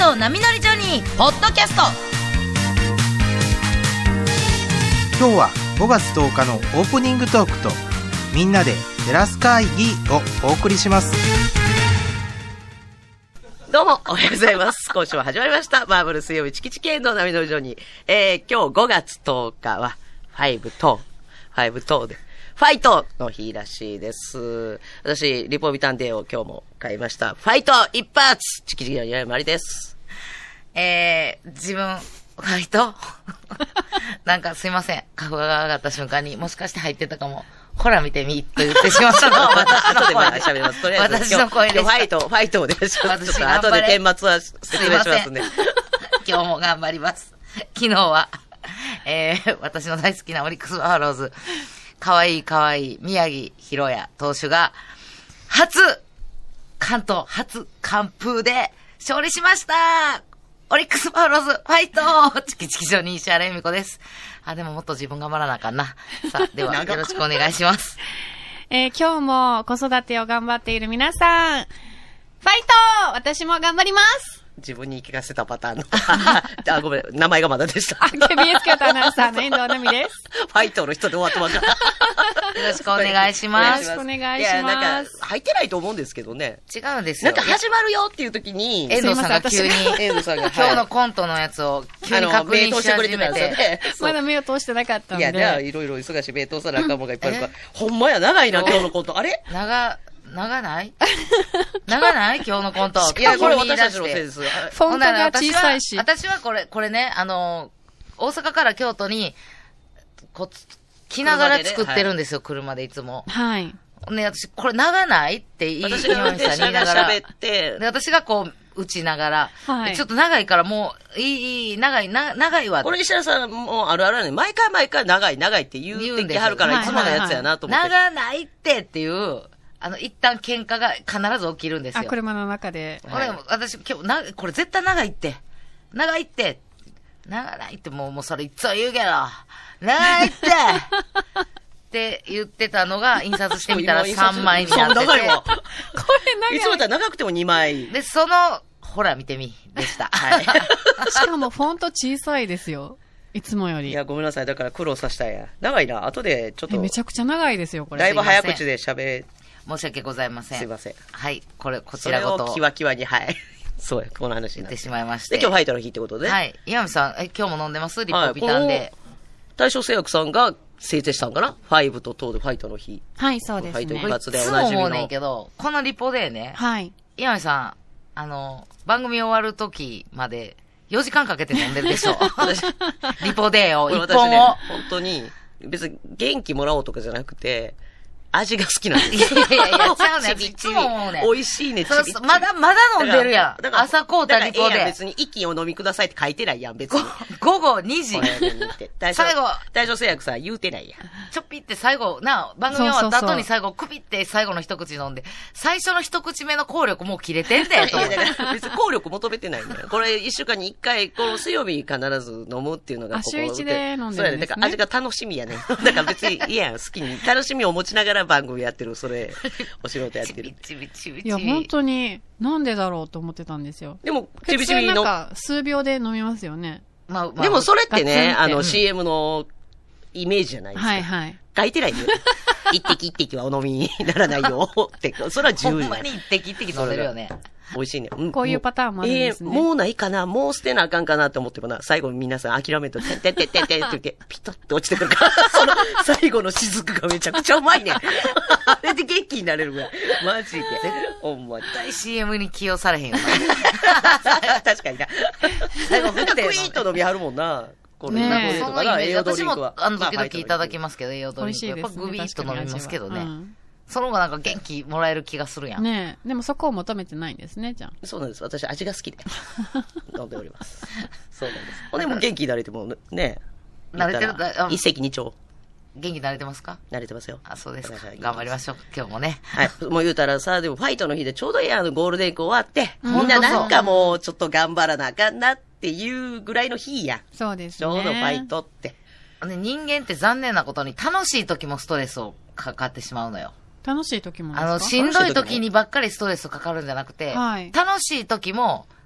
と波乗りジョニー」ポッドキャスト。 今日は5月10日のオープニングトークとみんなでテラス会議をお送りします。 どうもおはようございます。今週は始まりましたマーブル水曜日チキチキエンド波乗りジョニー。今日5月10日は5でファイトの日らしいです。私リポビタンデーを今日も買いました。ファイト一発チキチキの岩井まりです。 自分ファイトなんかすいません、花粉が上がった瞬間にもしかして入ってたかも、ほら見てみと言ってしまったのは私の声で喋ります。とりあえず私の声でした。 ファイトをお願いします。ちょっと後で顛末は説明しますね。 今日も頑張ります。昨日は、私の大好きなオリックスバファローズ、かわいい宮城博也投手が関東初完封で勝利しました。オリックスバファローズファイトチキチキジョニー石原由美子です。でももっと自分頑張らなあかんな。さあ、ではよろしくお願いします。 今日も子育てを頑張っている皆さん、ファイト私も頑張ります。 自分に言い聞かせたパターンの。ごめん、名前がまだでした。 KBS 京都アナウンサーの遠藤奈美です。 ファイトの人で終わってますから。 よろしくお願いします。 よろしくお願いします。 いや、なんか、入ってないと思うんですけどね。 違うんですよ。 なんか始まるよっていう時に、 遠藤さんが急に、 遠藤さんが、 今日のコントのやつを急に確認し始めて、 まだ目を通してなかったんで。 いや、じゃあ、いろいろ忙しい、目通さなあかんもんがいっぱいあるから。ほんまや、長いな、今日のコント。あれ長ない今日のコント。 いや、これ私たちのせいです。 フォントが小さいし。 私はこれね、大阪から京都に、来ながら作ってるんですよ、車でいつも。 はい。 ね、私、これ長ないって私が運転しながら喋って、 で、私がこう、打ちながら、はい、ちょっと長いからもう、長いわ。 これ石原さんもあるあるね。毎回長いって言ってきはるから、いつものやつやなと思って。 長ないっていう、一旦喧嘩が必ず起きるんですよ。 車の中で。 はい、私、今日、これ絶対長いって、長ないって、もうそれいつも言うけど、長いって言ってたのが、印刷してみたら3枚になってて。 長いわ。 これ長い。 いつもだったら長くても2枚。 で、ほら見てみ、でした。はい。 しかもフォント小さいですよ。いつもより。 いや、ごめんなさい。だから苦労させたんや。長いな。後でちょっと。 めちゃくちゃ長いですよ、これ。 だいぶ早口で喋申し訳ございません。 すいません。 はい。こちらごと。 それをキワキワに、はい。そうや、この話になってしまいまして。 で、今日ファイトの日ってことで。 はい。岩見さん、今日も飲んでますリポビタンで。 大正製薬さんが制定したんかな ?5 と10でファイトの日。 はい、そうですね。 ファイト一発でおなじみの。いつも思うねんけど、このリポでね。 はい。 岩見さん、番組終わる時まで4時間かけて飲んでるでしょ。リポデーを、1本を。 ね、本当に、別に元気もらおうとかじゃなくて、味が好きなんですよ。 いや、ちゃうねん。いつも思うねん。 美味しいね、 そうそう、まだ飲んでるやん。朝こうたリポで。 別に息を飲みくださいって書いてないやん、別に。 午後2時。最後。 大正製薬さん言うてないやん。 ちょっぴって最後、番組終わった後に最後、くびって最後の一口飲んで、最初の一口目の効力もう切れてんだよ、と。 いや、だから別に効力求めてないんだよ。これ1週間に1回、この水曜日必ず飲むっていうのが週1で飲んでるんですね。 そうやね。だから味が楽しみやね。だから別に、いや、好きに、楽しみを持ちながら番組やってる。それ、お仕事やってる。 いや、本当に、なんでだろうと思ってたんですよ。 でも、 ちびちびの。なんか、数秒で飲みますよね。 でもそれってね、CM のイメージじゃないですか。 はいはい。 書いてないよ。一滴はお飲みにならないよって、それは重要。 ほんまに一滴飲んでるよね。 美味しいね。 こういうパターンもあるんですね。 もうないかな、もう捨てなあかんかなって思ってもな、最後皆さん諦めと、てってって言って、ピトって落ちてくるから、その最後の雫がめちゃくちゃうまいね。あれで元気になれるぐらい。マジで。ほんまに。 絶対 CM に起用されへんよな。 確かにな。最後、クイーンと飲みはるもんな。これ、 ね、その栄養ドリンクは。私も、時々いただきますけど、栄養ドリンク。やっぱグビッと飲みますけどね。その方がなんか元気もらえる気がするやん。 ねえ。でもそこを求めてないんですね、じゃあ。 そうなんです。私味が好きで飲んでおります。そうなんです。ほんでも元気になれてもね。 慣れてる一石二鳥。 元気になれてますか？ 慣れてますよ。 あ、そうですか。頑張りましょう。今日もね。 はい。もう言うたらさ、でもファイトの日でちょうどいいゴールデンウィーク終わって、みんななんかもうちょっと頑張らなあかんなっていうぐらいの日や。 そうですね。 ちょうどファイトって。 人間って残念なことに楽しい時もストレスをかかってしまうのよ。 楽しい時もですか？ しんどい時にばっかりストレスかかるんじゃなくて、はい、楽しい時も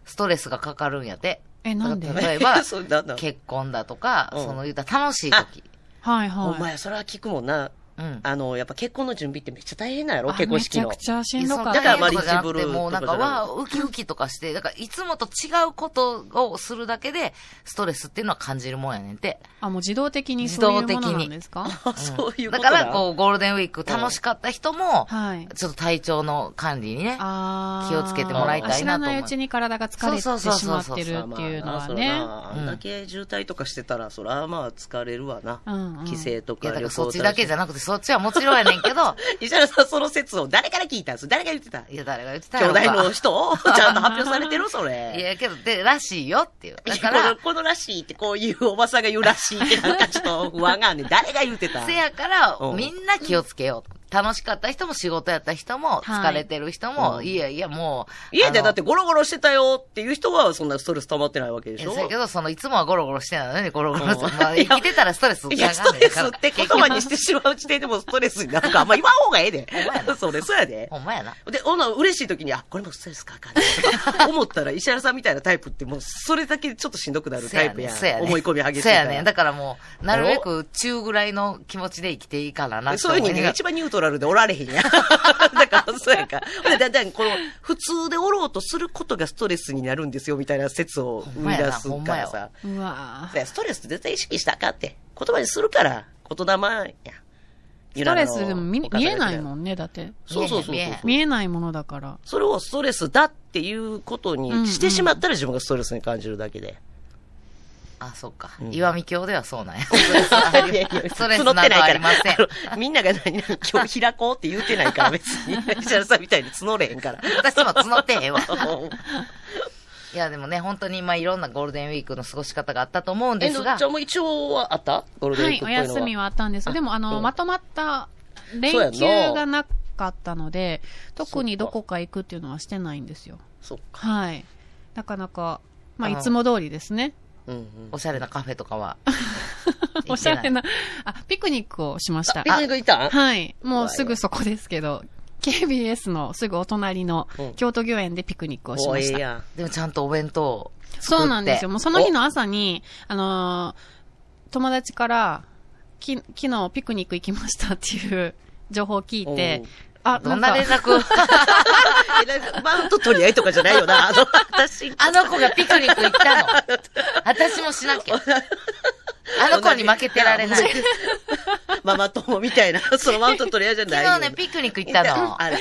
ストレスがかかるんやて。 なんで？ 例えばそうなんだ、 結婚だとか、 うんその言ったら楽しい時。 はいはい。 お前、それは聞くもんな。 うん。 やっぱ結婚の準備ってめっちゃ大変なんやろ、結婚式の。 めちゃくちゃしんどかった。 だからマリッジじゃなくて、 ブルーもうなんか、 とかじゃないわー、ウキウキとかして、だから、いつもと違うことをするだけで、ストレスっていうのは感じるもんやねんて。 もう自動的にそういうものなんですか？ あ、そういうことだから、こう、ゴールデンウィーク楽しかった人も、 はい。 ちょっと体調の管理にね、気をつけてもらいたいなと思う。 知らないうちに体が疲れてしまってるっていうのはね。 あんだけ渋滞とかしてたら、そらまあ疲れるわな。帰省とかいや、だから旅行そっちだけじゃなくて、そっちはもちろんやねんけど、 石原さん、その説を誰から聞いたんです誰が言ってたいや、誰が言ってた兄のか弟の人ちゃんと発表されてるそれ。 いや、けど、らしいよっていう。だかこのら、 このらしいってこういうおばさんが言うらしいってなんかちょっと不安があんねん。誰が言ってたせやからう、んみんな気をつけよう。楽しかった人も仕事やった人も、疲れてる人も、 はいいやいや、もう。 家でだってゴロゴロしてたよっていう人はそんなストレス溜まってないわけでしょそうやけど、いつもはゴロゴロしてないのに、ゴロゴロして、 うんまあ、生きてたらストレスいや、ストレスって言葉にしてしまう時点でもストレスになるから、あんま言わん方がええで。それ、そうやで。 ほんまやな。 で、嬉しい時に、これもストレスかかんないとか思ったら、石原さんみたいなタイプってもう、それだけちょっとしんどくなるタイプやん。 そうやね。 思い込み激しいそうから。 やね。だからもう、なるべく中ぐらいの気持ちで生きていいからなってそういう人間が一番ニュートラルでおられへんやん。だから、そうやんか。だんだん、この、普通でおろうとすることがストレスになるんですよ、みたいな説を生み出すからさ。 うわストレスって絶対意識したらあかんって。言葉にするから、言霊や。 ストレスでも見えないもんね、だって。 そうそうそう。 見えないものだから。 それをストレスだっていうことにしてしまったら自分がストレスに感じるだけで。 あ、そっか。岩見教ではそうなんや。ストレス募ってないありません。 みんなが今日開こうって言うてないから別に。石原さんみたいに募れへんから。 私も募ってへんわ。いや、でもね、本当にいろんなゴールデンウィークの過ごし方があったと思うんですが。 じゃあもう一応はあったゴールデンウィークっぽいのは。 はい、お休みはあったんです。でも、まとまった連休がなかったので、特にどこか行くっていうのはしてないんですよ。 そっか。 はい。なかなか、いつも通りですね。 おしゃれなカフェとかは。 おしゃれな、ピクニックをしました。 ピクニック行ったん？ はい。もうすぐそこですけど、KBS のすぐお隣の京都御苑でピクニックをしました。 でもちゃんとお弁当そうなんですよ。もうその日の朝に、友達から、昨日ピクニック行きましたっていう情報を聞いて、 どんな連絡マウント取り合いとかじゃないよな。私。 あの子がピクニック行ったの。私もしなきゃ。あの子に負けてられない。 ママ友みたいな、そのマウント取り合いじゃないよ。 昨日ね、ピクニック行ったの。 あら。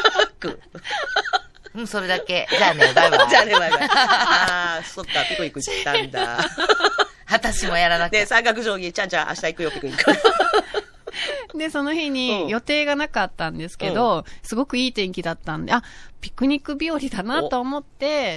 それだけ。じゃあね、バイバイ。 じゃあね、バイバイ。ああ、そっか、ピクニック行ったんだ。 私もやらなきゃ。 で、三角定規、ちゃんちゃん明日行くよ、ピクニック。 で、その日に予定がなかったんですけど、すごくいい天気だったんで、ピクニック日和だなと思って、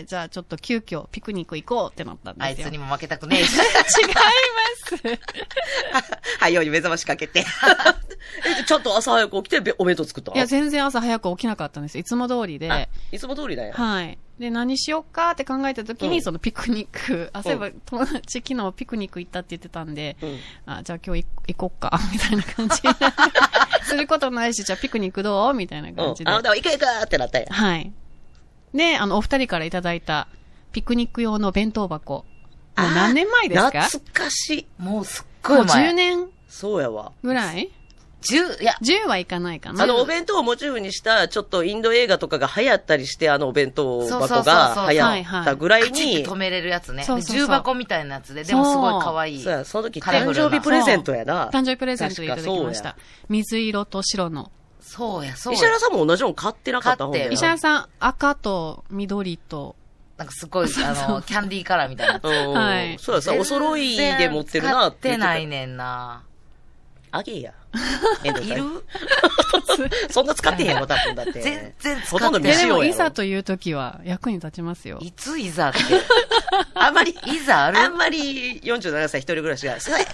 じゃあちょっと急遽ピクニック行こうってなったんですよ。 あいつにも負けたくねえし。 違います。 はいように目覚ましかけて。ちょっと朝早く起きてお弁当作った？ いや、全然朝早く起きなかったんですよ。いつも通りで。 いつも通りだよ。 はい。で、何しようかって考えた時に、そのピクニック、そういえば友達昨日ピクニック行ったって言ってたんで、じゃあ今日行こっか、みたいな感じですることないし、じゃあピクニックどうみたいな感じで。 だから行く行くってなったんや。 はい。で、お二人からいただいたピクニック用の弁当箱。もう何年前ですか？ 懐かしい。 もうすっごい前。 10年そうやわ。 ぐらい 10、いや。 10はいかないかな。 お弁当をモチーフにした、ちょっとインド映画とかが流行ったりして、お弁当箱が流行ったぐらいに。 止めれるやつね。重箱みたいなやつで、でもすごい可愛い。 そうや、その時誕生日プレゼントやな。 誕生日プレゼントでいただきました。水色と白の。 そうや、そうや。 石原さんも同じの買ってなかった方が石原さん、赤と緑と、 なんかすごい、キャンディーカラーみたいなやつ。 はい。 そうやさ、お揃いで持ってるなって。 買ってないねんな。 あげや。 いるそんな使ってへんよ、多分だって。 全然使ってない。 ほとんど未使用やろ。 でも、いざという時は役に立ちますよ。 いついざって。 あんまり、 いざあるあんまり47歳一人暮らしが、行こ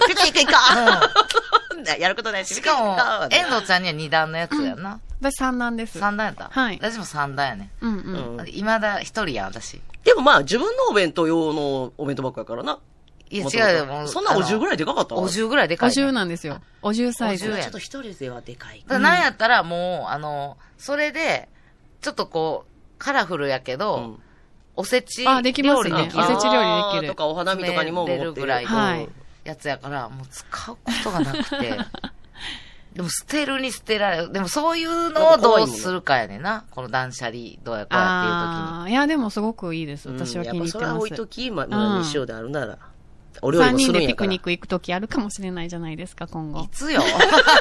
うやることないし。 しかも、遠藤ちゃんには2段のやつやな。 私3段です。 3段やったはい。 私も3段やね。 うんうん。 未だ1人やん、私。 でもまあ、自分のお弁当用のお弁当箱やからな。 いや、違うよ、もう。 そんなお重ぐらいでかかったお重ぐらいでかい。 お重なんですよ。お重サイズ。 ちょっと一人ではでかい。 なんやったらもう、それで、ちょっとこう、カラフルやけど、 おせちあできますね料理できるおせち料理できるとかお花見とかにも持って詰めれるぐらいはいやつやから、もう使うことがなくて。でも捨てるに捨てられる。でもそういうのをどうするかやねんな。この断捨離、どうやこうやっていう時に。 ああ、いや、でもすごくいいです。私は気に入ってやっぱそれはます。 置いとき、まあ、日照であるなら。お料理 3 もす人でピるんやから。 クニック行くときあるかもしれないじゃないですか、今後い。つよ。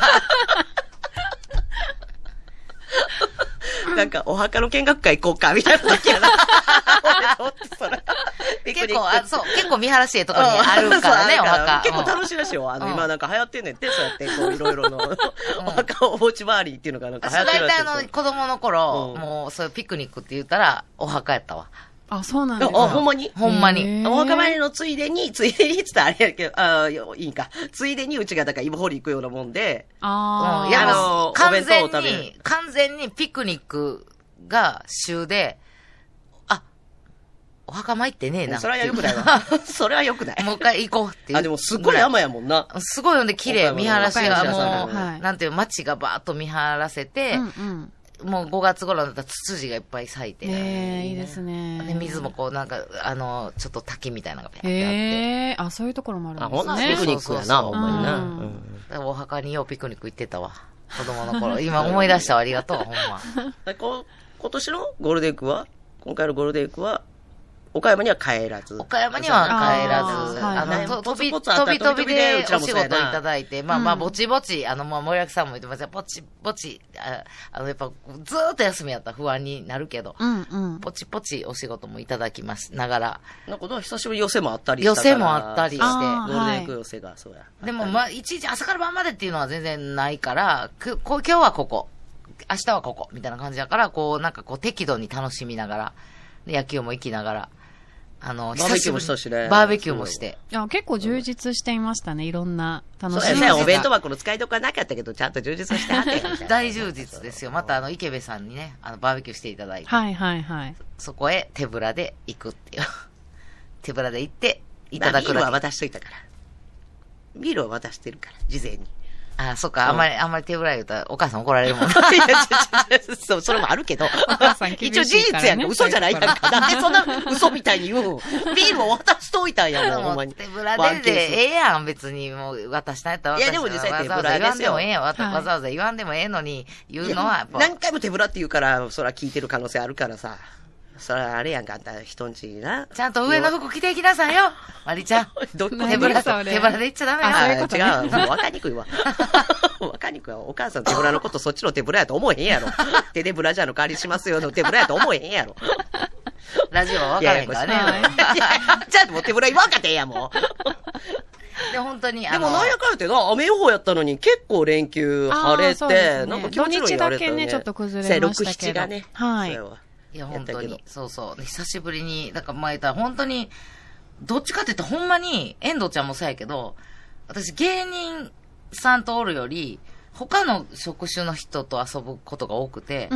なんか、お墓の見学会行こうか、みたいな時やな。俺とってそれ。 結構、結構見晴らしいとこにあるからね、お墓。 結構楽しいらしいよ。今なんか流行ってんねんって、そうやって、こう、いろいろの、お墓をお持ち回りっていうのがなんか流行ってるらしい。 大体子供の頃、もうそういうピクニックって言ったら、お墓やったわ。 あ、そうなんですあ、 か。 ほんまにほんまに。 お墓参りのついでにって言ったらあれやけど、いいんか。ついでにうちがだから芋掘り行くようなもんで、 ああ。 いや、完お弁当を食べる全にピクニックが週で、あ、お墓参ってねえな。 それは良くないわ。それは良くない。 もう一回行こうっていう。 あ、でもすっごい山やもんな。 すごいよね、綺麗。見晴らしがもう、 はいなんていう、街がバーッと見晴らせて、 うんもう5月頃だったらツツジがいっぱい咲いて。 いいですね。 で、水もこう、なんか、ちょっと滝みたいなのがペアってあって。 あ、そういうところもあるんあ、 ですね。 ほんならピクニックやな、ほんまにな。 だからお墓にようピクニック行ってたわ。子供の頃。今思い出したわ、ありがとう、ほんま。 今年のゴールデンウィークは今回のゴールデンウィークは岡山には帰らず。 岡山には帰らず、飛び飛びでお仕事いただいて、まあ、ぼちぼち、森脇さんも言ってますよ、ぼちぼち、やっぱ、ずーっと休みやったら不安になるけど、ぽちぽちお仕事もいただきますながら。 なんか、久しぶりに寄せもあったりした寄せもあったりして、 ゴールデンウィーク寄せが、そうや。 でも、まあ、いちいち朝から晩までっていうのは全然ないから、今日はここ、明日はここ、みたいな感じだから、なんか適度に楽しみながら、野球も行きながら、 バーベキューもしたしね。 バーベキューもして。 いや、結構充実していましたね。いろんな楽しみ。 そうやね。お弁当箱の使いどころはなかったけど、ちゃんと充実してはって。 大充実ですよ。また池部さんにね、バーベキューしていただいて。 はいはいはい。 そこへ手ぶらで行くっていう。手ぶらで行って、いただくだけ。 ビールは渡しといたから。ビールは渡してるから、事前に。 あ、そっか、あんまり手ぶら言うたら、お母さん怒られるもん。いや、 そう、それもあるけど。 お母さん厳しいからね、 一応事実やんか。嘘じゃないやんか。なんでそんな嘘みたいに言うの？ビールを渡しといたんやもん、ほんまに。 手ぶらでええやん、別に。もう渡したんやったら渡した。 いや、でも実際手ぶらですよ。 言わんでもええやん。わざわざ言わんでもええのに、言うのはやっぱ。 何回も手ぶらって言うから、そら聞いてる可能性あるからさ。それはあれやんか、あんた人んちな。 ちゃんと上の服着ていきなさいよ、まりちゃん。手ぶらで行っちゃダメな。違う、もう分かりにくいわ。分かりにくいわ。お母さん手ぶらのことそっちの手ぶらやと思えへんやろ。手でブラジャーの代わりしますよの手ぶらやと思えへんやろ。 ラジオは分からへんからね。 じゃあもう手ぶら言わんかてんや、もう。で、本当に。 でもなんやかんやってな、雨予報やったのに結構連休晴れて、なんか気持ちのいい晴れたよね。 土日だけね、ちょっと崩れましたけど。 6、7がね。 はい。 いや、本当に。そうそう。久しぶりに、だから前言ったら本当に、どっちかって言ったらほんまに、遠藤ちゃんもそうやけど、私芸人さんとおるより、他の職種の人と遊ぶことが多くて、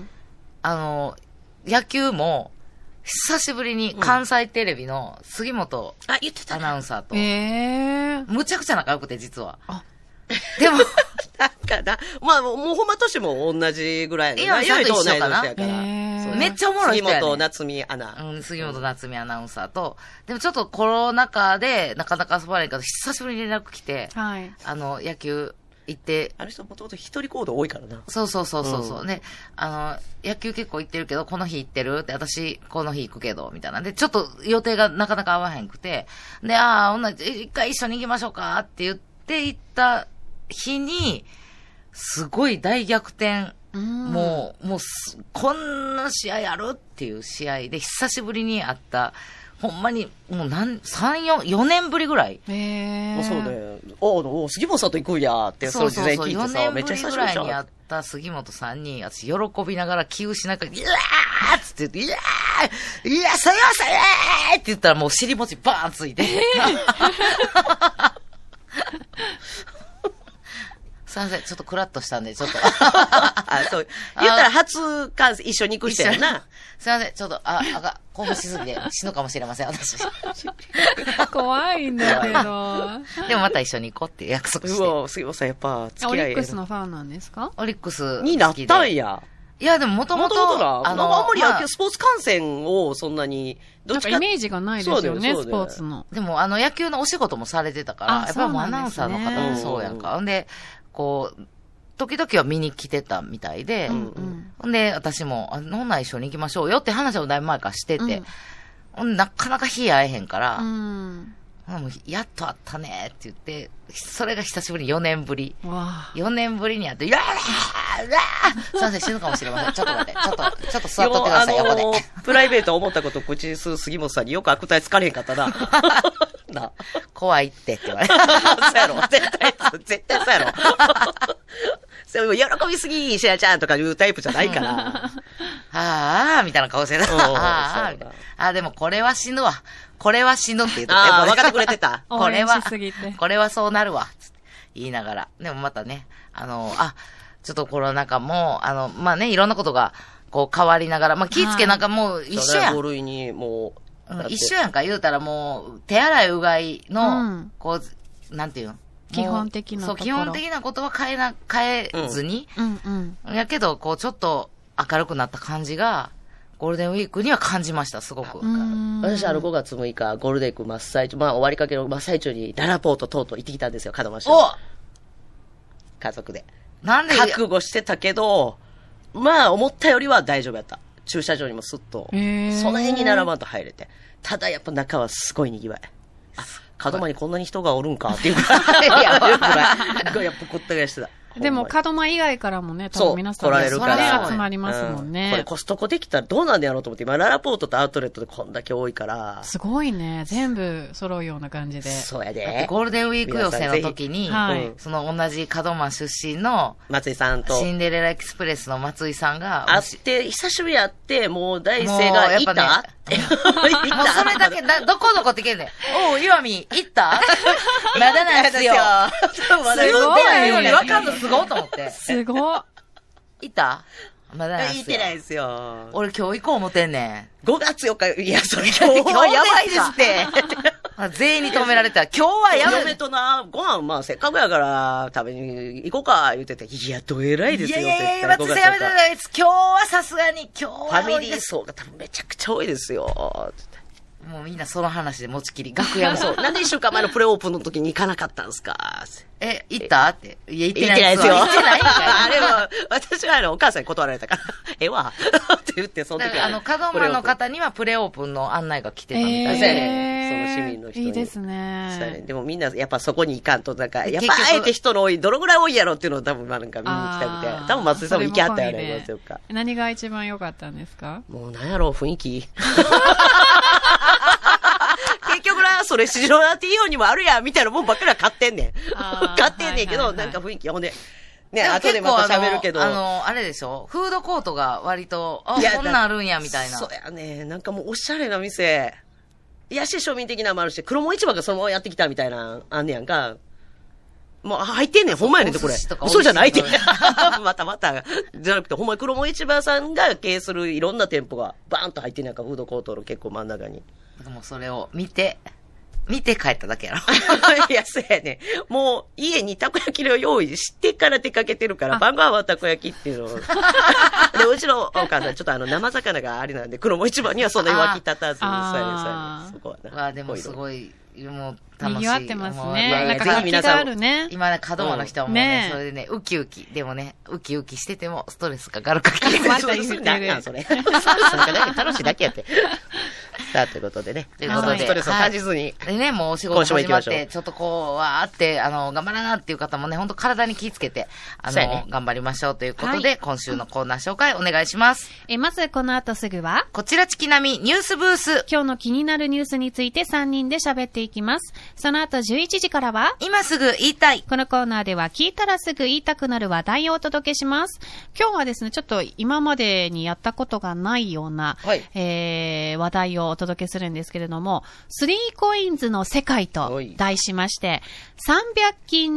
野球も、久しぶりに関西テレビの杉本アナウンサーと、むちゃくちゃ仲良くて、実は。でも、 なんかな、まあ、もうほんま年も同じぐらい今、ちゃんと一緒かな。 めっちゃおもろい人やね。 杉本夏美アナ。 杉本夏美アナウンサーと、でもちょっとコロナ禍でなかなか遊ばれんから、久しぶりに連絡来て、 はい。 野球行って、 あの人もともと一人行動多いからな。 そう。ね、野球結構行ってるけど、この日行ってるって、私、この日行くけど、みたいなんで、ちょっと予定がなかなか合わへんくて、で、一回一緒に行きましょうかって言って行った日に、すごい大逆転。もう、こんな試合あるっていう試合で、久しぶりに会った、ほんまに、もう4年ぶりぐらい。 そうね。杉本さんと行くんやって、 そう事前聞いてさ、めっちゃ久しぶりに会った杉本さんに、私喜びながら気失いながら、いやーっつって言って、いや、そよそよーって言ったらもう尻餅バーンついて。すいません、ちょっとクラッとしたんで、ちょっと。 そう。言ったら初観戦一緒に行く人やな。 すいません、ちょっと、興奮しすぎて死ぬかもしれません、私。 怖いんだけど。 でもまた一緒に行こうって約束して。 杉本さんやっぱ付き合い。 オリックスのファンなんですか？ オリックス。 になったんや。 いや、でももともと、 なんかあんまり野球、 まあスポーツ観戦をそんなに、どなんかっちかイメージがないですよね、 そうだよスポーツの。 でも野球のお仕事もされてたから、 あやっぱりもうアナウンサーの方もそうやんか。んで、こう、時々は見に来てたみたいで、ほんで、私も、ほんなら一緒に行きましょうよって話をだいぶ前からしてて、ほんでなかなか日会えへんから、もうやっと会ったねって言って、それが久しぶりに4年ぶり。4年ぶりにやって、やーすいません、死ぬかもしれません。ちょっと待って、ちょっと座っとってください、横で。 プライベート思ったことを口にする杉本さんによく悪態つかれへんかったな。な。 怖いって言われた。 そうやろ。絶対そうやろ。そう喜びすぎ、シェアちゃんとかいうタイプじゃないから。 あー、みたいな顔してた。あ、でもこれは死ぬわ。これは死ぬって言ってた。 分かってくれてた。 これはそうなるわ。つって言いながら。でもまたね、ちょっとコロナ禍も、まあね、いろんなことが、こう変わりながら、まあ気ぃつけなんかもう一緒やん。 5類にもう。一緒やんか言うたらもう、手洗いうがいの、こう、なんていうの基本的なこと。 そう、基本的なことは変えずに。やけど、こう、ちょっと明るくなった感じが、ゴールデンウィークには感じました、すごく。 私、5月6日、ゴールデンウィーク真っ最中、まあ終わりかけの真っ最中に、ララポートとうとう行ってきたんですよ、門真市。家族で。 なんで覚悟してたけど、まあ思ったよりは大丈夫やった。駐車場にもすっと、その辺に並ばんと入れて。ただやっぱ中はすごい賑わい。門真にこんなに人がおるんかっていうぐらい。やっぱこったぐらいしてた。 でも、門真以外からもね、多分皆さん来られるから。 集まりますもんね。 これコストコできたらどうなんだやろうと思って、今、ララポートとアウトレットでこんだけ多いから。 すごいね。全部揃うような感じで。 そうやで。 ゴールデンウィーク予選の時に、その同じ門真出身の、 松井さんと、 シンデレラエクスプレスの松井さんが、 会って、久しぶりに会って、もう大生が行ったって。もうそれだけ、どこどこって聞いてんねん。おう、岩見、行ったまだなんですよ。すごいよね。わかんのすごいと思って。 すごい。 行ったまだなんですよ。 行ってないですよ。 俺今日行こう思ってんねん。5月4日、いや、それ今日はやばいですって。 全員に止められたら、今日はやばい。 嫁とな、ご飯、まあせっかくやから食べに行こうか、言ってて、いや、どえらいですよ。 いや、松井さんやめてください。今日はさすがに、今日は。 ファミリー層が多分めちゃくちゃ多いですよ。 もうみんなその話で持ちきり、楽屋もそう。なんで1週間前のプレオープンの時に行かなかったんですか行ったって。いや、行ってないですよ。 行ってないんかい。 あれは、私はお母さんに断られたから、って言って、その時は。 門真の方にはプレオープンの案内が来てたみたいで。その市民の人に。 いいですね。 でもみんな、やっぱそこに行かんと、なんか、やっぱあえて人の多い、どのぐらい多いやろっていうのを多分なんか見に行きたくて。多分松井さんも行きはったよね、どうか。 何が一番良かったんですか？ もうなんやろう、雰囲気。結局な、それ市場だっていいようにもあるやん、みたいなもんばっかりは買ってんねん。買ってんねんけど、なんか雰囲気、ほんで、ね、後でまた喋るけど。 あれでしょ？フードコートが割と、こんなんあるんや、みたいな。 そうやね。なんかもうおしゃれな店。いやし庶民的なのもあるし、黒門市場がそのままやってきたみたいな、あんねやんか。もう入ってんねん、ほんまやねんて、これ。嘘じゃないって。また。じゃなくて、ほんまに黒門市場さんが経営するいろんな店舗がバーンと入ってんねんか、フードコートの結構真ん中に。 もうそれを見て帰っただけやろ。 いや、そうやね。もう、家にたこ焼きを用意してから出かけてるから、晩ご飯はたこ焼きっていうのを。で、うちのお母さん、ちょっと生魚がありなんで、黒門市場にはそんなに湧き立たず、そうやね。そこはな。 でもすごい、もう楽しい。賑わってますね。なんか活気があるね。 今ね、門真の人はもうね、それでね、ウキウキ。でもね、ウキウキしててもストレスかかるかき。 また言ってる。 それ。楽しいだけやって。さあ、ということでね。ストレスを感じずに。 でね、もうお仕事始まって、ちょっとこう、わーって、頑張らなっていう方もね、ほんと体に気をつけて、頑張りましょうということで、今週のコーナー紹介お願いします。 まずこの後すぐは、 こちらチキナミニュースブース。 今日の気になるニュースについて3人で喋っていきます。その後11時からは、 今すぐ言いたい。 このコーナーでは聞いたらすぐ言いたくなる話題をお届けします。今日はですね、ちょっと今までにやったことがないような、話題をお届けするんですけれども、3コインズの世界と題しまして、300均の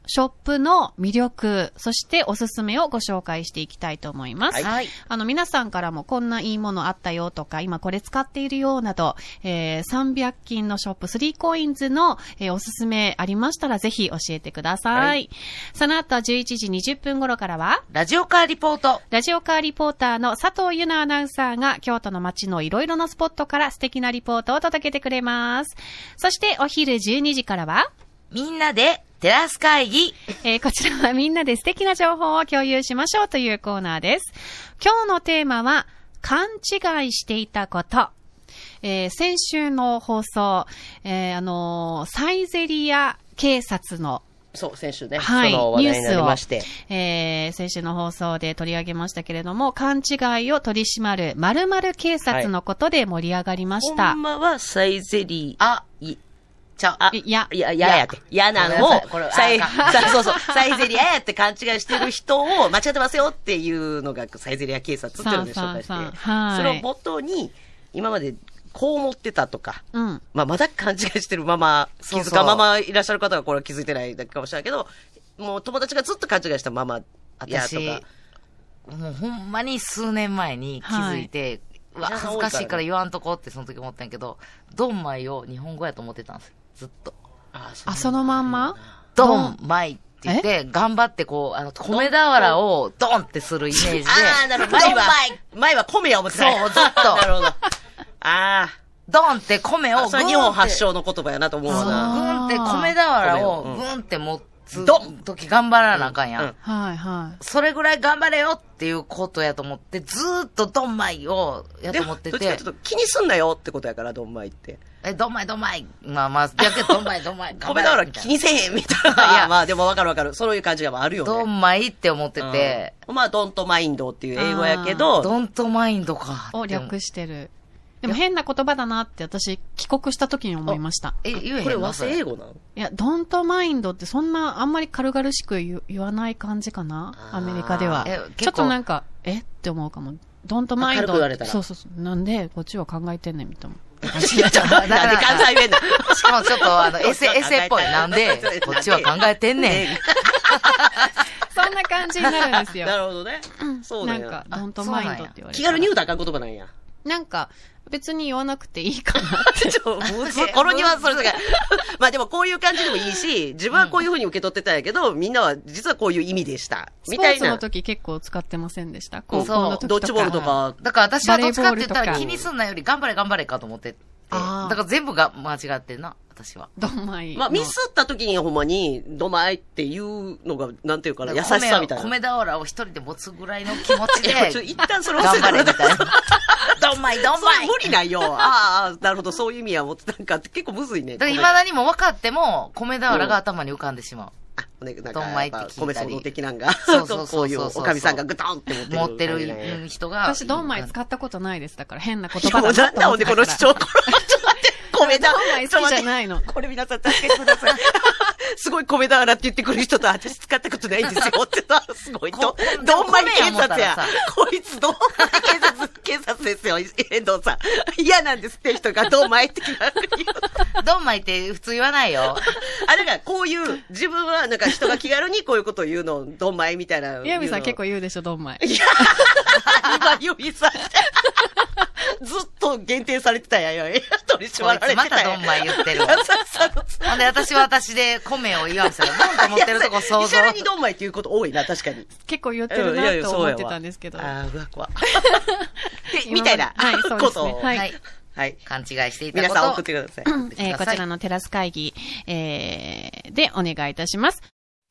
ショップの魅力、そしておすすめをご紹介していきたいと思います。 はい。 皆さんからもこんないいものあったよとか、今これ使っているよなど、300均のショップ3コインズの、おすすめありましたらぜひ教えてください。はい、その後11時20分頃からは、 ラジオカーリポート。 ラジオカーリポーターの佐藤ゆなアナウンサーが京都の街のいろいろなスポットから素敵なリポートを届けてくれます。そしてお昼12時からは、 みんなでテラス会議。 こちらはみんなで素敵な情報を共有しましょうというコーナーです。今日のテーマは、勘違いしていたこと。先週の放送、サイゼリヤ警察のそう、先週ね。 はい、 その話題になりまして。 先週の放送で取り上げましたけれども、勘違いを取り締まる〇〇警察のことで盛り上がりました。 ほんまはサイゼリヤ。やって。やなのを、そうそう、サイゼリヤやって勘違いしてる人を間違ってますよっていうのがサイゼリヤ警察っていうので紹介して、 はい、 それを元に、今までこう思ってたとか、 うん、 まだ勘違いしてるまま、気づかままいらっしゃる方はこれは気づいてないだけかもしれないけど、もう友達がずっと勘違いしたままやとか。 もうほんまに数年前に気づいて、はい、恥ずかしいから言わんとこってその時思ったんやけど、ドンマイを日本語やと思ってたんですよ。ずっと。 そのまんまドンマイって言って、頑張ってこう、米俵をドンってするイメージで。 なるほど。前は米を思ってた。 そう、ずっと。 なるほど。 ドンって米をグンって。 それ日本発祥の言葉やなと思うグンな。 って米俵をグンって持つ時頑張らなあかんやん。 はいはい。 それぐらい頑張れよっていうことやと思って、ずーっとドンマイをやと思ってて。 どっちかちょっと気にすんなよってことやから、ドンマイって。 ドンマイ。まあ、逆にドンマイ。 米俵気にせえへんみたいな。いや、まあでもわかる。そういう感じがあるよね。 ドンマイって思ってて。 まあ、ドントマインドっていう英語やけど。 ドントマインドか。 を略してる。でも変な言葉だなって私帰国した時に思いました。 言えへんのこれ和製英語なの？ いや、ドントマインドってそんなあんまり軽々しく言わない感じかなアメリカでは。ちょっとなんか、って思うかも。ドントマインド。 軽く言われたら。 そう。なんでこっちは考えてんねんみたいな。 なんで関西弁だ。 しかもちょっとエセっぽい。なんでこっちは考えてんねん。 そんな感じになるんですよ。 なるほどね。そうだよ。 なんか、ドントマインドって言われる。 気軽に言うたらあかん言葉なんや。 なんか、別に言わなくていいかなって。 このニュアンスそれとか。まあでもこういう感じでもいいし、自分はこういう風に受け取ってたんやけど、みんなは実はこういう意味でした。みたいな。 スポーツの時結構使ってませんでした？高校の時とか。 ドッジボールとか。 だから私はどっちかって言ったら気にすんなより頑張れかと思ってて。だから全部が間違ってんな。私は。 ドンマイ。 まあ、ミスった時にほんまに、ドマイっていうのが、なんていうかな、優しさみたいな。 米俵を一人で持つぐらいの気持ちで。 一旦それ頑張れみたいな。ドンマイ。 無理ないよ。なるほど、そういう意味は持ってなんか結構むずいね。 だから未だにも分かっても、米俵が頭に浮かんでしまう。 ドンマイって聞いたり。米騒動的なんが。 そう。 こういうおかみさんがグトンって持ってる人が。 私ドンマイ使ったことないです。だから変な言葉だなと思って。 なんだほんでこの主張。米俵。 ドンマイ好きじゃないの。 これ皆さん助けてください。すごい米俵って言ってくる人と私使ったことないんですよってすごい。ドンマイ警察や。こいつドンマイ警察ですよ、遠藤さん。嫌なんですって人がドンマイって言う。 ドンマイって普通言わないよ。 だからこういう、自分はなんか人が気軽にこういうことを言うの、ドンマイみたいな。 ユミさん結構言うでしょ、ドンマイ。 いや、今ユミさん。ずっと限定されてたやよ。取り締まられてたや。 またドンマイ言ってるわ。ほんで私は私で米を言わんしたら、ドンと思ってるとこ想像。 石原にドンマイって言うこと多いな、確かに。 結構言ってるなと思ってたんですけど。 うわ、怖みたいなことを。 はい。勘違いしていたこと。 皆さん送ってください。 こちらのテラス会議、でお願いいたします。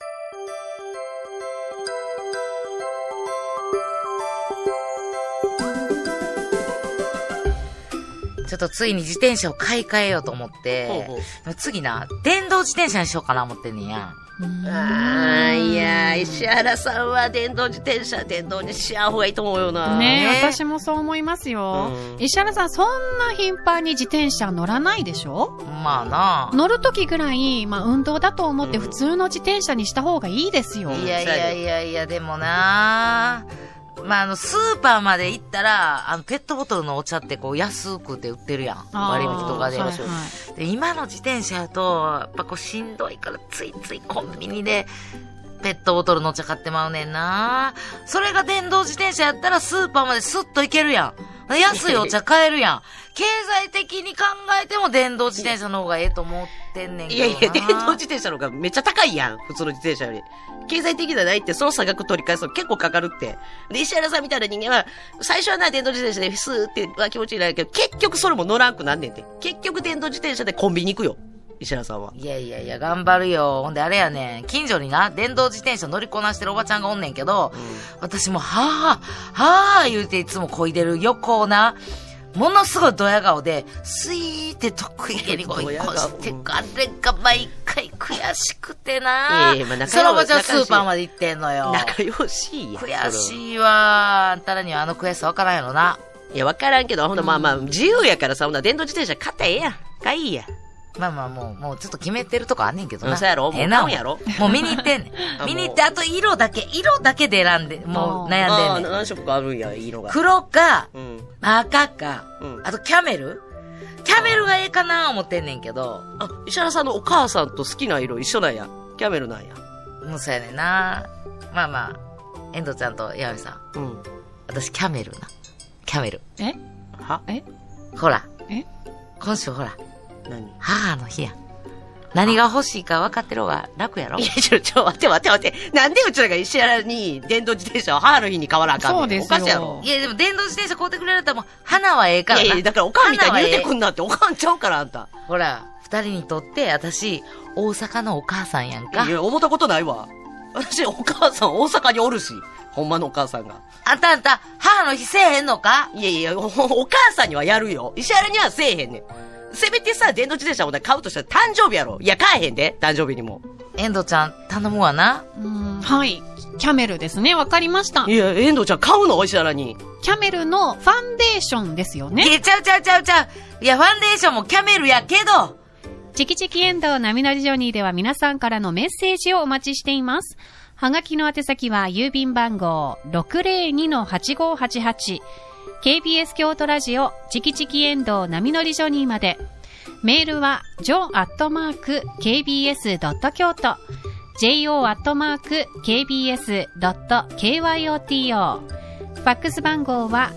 ちょっとついに自転車を買い替えようと思って、次な、電動自転車にしようかな思ってんねんや。 いや、石原さんは電動にしやん方がいいと思うよな。 ね、私もそう思いますよ。石原さん、そんな頻繁に自転車乗らないでしょ？ まあな。 乗るときぐらい、運動だと思って普通の自転車にした方がいいですよ。 いや、でもな。 スーパーまで行ったら、ペットボトルのお茶ってこう安くて売ってるやん。割引とかで。 はいはい、 で、今の自転車やと、やっぱこうしんどいからついついコンビニで、ペットボトルのお茶買ってまうねんな。それが電動自転車やったらスーパーまでスッと行けるやん。安いお茶買えるやん。経済的に考えても電動自転車の方がええと思ってんねんけどな。 いやいや、電動自転車の方がめっちゃ高いやん。普通の自転車より。経済的じゃないって、その差額取り返すの結構かかるって。で、石原さんみたいな人間は、最初はな、電動自転車でスーって気持ちいいないけど、結局それも乗らんくなんねんて。結局電動自転車でコンビニ行くよ。石原さんは。 いやいやいや、頑張るよ。ほんであれやねん。近所にな、電動自転車乗りこなしてるおばちゃんがおんねんけど、私も、はぁ言うていつも漕いでる横をな、ものすごいドヤ顔で、スイーって得意げにこう、こうして、あれが毎回悔しくてな。そのおばちゃんスーパーまで行ってんのよ。 仲良しいや。 悔しいわ。あんたらにはあの悔しさわからんやろな。 いや、わからんけど、ほんとまあ自由やからさ、ほんな電動自転車買ったらええやん。買いや。 もうちょっと決めてるとこあんねんけどな。 そうやろ？もう買うんやろ？ もう見に行ってんねん。見に行って、あと色だけで選んで、もう悩んでんねん。 何色かあるんや、色が。 黒か、赤か、あとキャメルがええかな思ってんねんけど。 あ、石原さんのお母さんと好きな色一緒なんや。キャメルなんや。 もうそうやねんな。遠藤ちゃんと矢部さん。私キャメルな。キャメル。ほら。今週ほら。 何？ 母の日や。何が欲しいか分かってる方が楽やろ？ いや、待って。なんでうちらが石原に電動自転車を母の日に買わなあかんねん。 そうですよ。 おかしいやろ。 いや、でも電動自転車買うてくれるともう、花はええからな。 いや、だからおかんみたいに言うてくんなって、おかんちゃうからあんた。 ほら、二人にとって、私、大阪のお母さんやんか。 いや、思ったことないわ。私、お母さん大阪におるし。ほんまのお母さんが。 あんた、母の日せえへんのか？ いや、お母さんにはやるよ。石原にはせえへんねん。せめてさ、電動自転車を買うとしたら誕生日やろ。いや、買えへんで、誕生日にも。 遠藤ちゃん、頼むわな。 はい。キャメルですね。わかりました。 いや、遠藤ちゃん買うの石原に。 キャメルのファンデーションですよね。 いや、ちゃう。いや、ファンデーションもキャメルやけど。 チキチキエンドウ波乗りジョニーでは皆さんからのメッセージをお待ちしています。はがきの宛先は郵便番号 602-8588 KBS 京都ラジオチキチキエンドウ波乗りジョニーまで。メールは jo@kbs.kyoto jo@kbs.kyoto ファックス番号は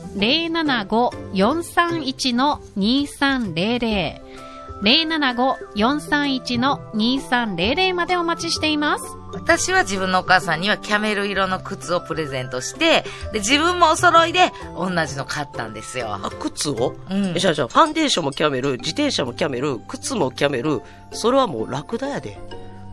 075-431-2300 075-431-2300 までお待ちしています。 私は自分のお母さんにはキャメル色の靴をプレゼントして、で、自分もお揃いで同じの買ったんですよ。 あ、靴を？じゃあ、ファンデーションもキャメル、自転車もキャメル、靴もキャメル、それはもうラクダやで。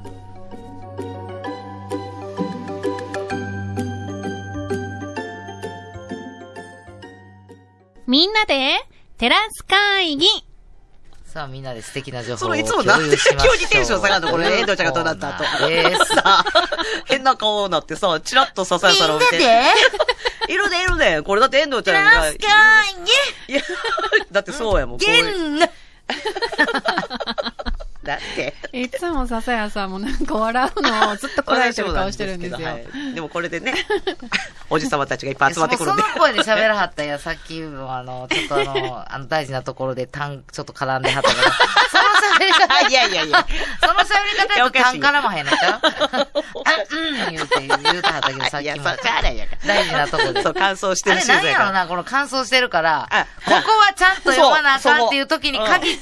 みんなでテラス会議。 さあ、みんなで素敵な情報をそのいつも共なんで有しましょう。 急にテンション下がるのこれ、遠藤ちゃんがどうなった後。さあ、変な顔になってさ、チラッと支えたら見て。 みんなでいるね。これだって遠藤ちゃんが。 テラス会議。 いや、だってそうやもん。 ゲンナだって。 いつも笹谷さんもなんか笑うのをずっとこらえてる顔してるんですよ。 でもこれでね、おじさまたちがいっぱい集まってくるんで。 その声で喋らはったや、さっきもちょっと大事なところでちょっと絡んではったから。その喋り方。 いや。 その喋り方やと単絡まへんのちゃう言うてはったけど、さっきも。 いや、そう、じゃあないやから。 大事なところで。 そう、乾燥してるシーズンあれ何やろな、この乾燥してるから、ここはちゃんと読まなあかんっていう時に限って、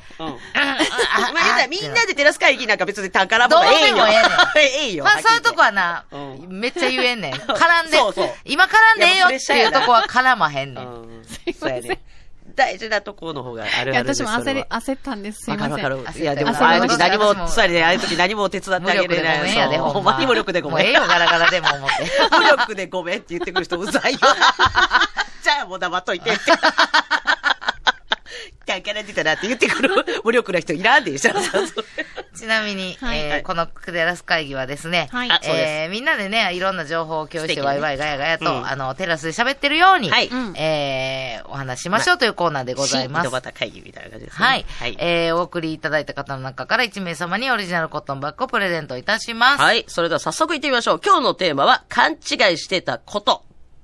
みんなでテラス会議なんか別に単絡むのええよ。 どうでもええねん。 ええよ。 まあそういうとこはな、めっちゃ言えんねん。絡んで、今絡んでええよっていうとこは絡まへんねん。 そうやね。大事なところの方があるあるです。 私も焦ったんです。すいません。 わかる。いや、でも、ああいう時何も、そうやね、ああいう時何も手伝ってあげれない。 無力でごめんやで、 ほんまに無力でごめん。 もうええよ、ガラガラでも思って。 無力でごめんって言ってくる人うざいよ。じゃあもう黙っといてって。キャンキャラ出たなって言ってくる無力な人いらんで、石原さん。 ちなみに、このクデラス会議はですね、みんなでね、いろんな情報を共有してワイワイガヤガヤと、テラスで喋ってるように、お話しましょうというコーナーでございます。 井戸端会議みたいな感じですね。 はい。お送りいただいた方の中から1名様にオリジナルコットンバッグをプレゼントいたします。 はい。それでは早速行ってみましょう。今日のテーマは、勘違いしてたこと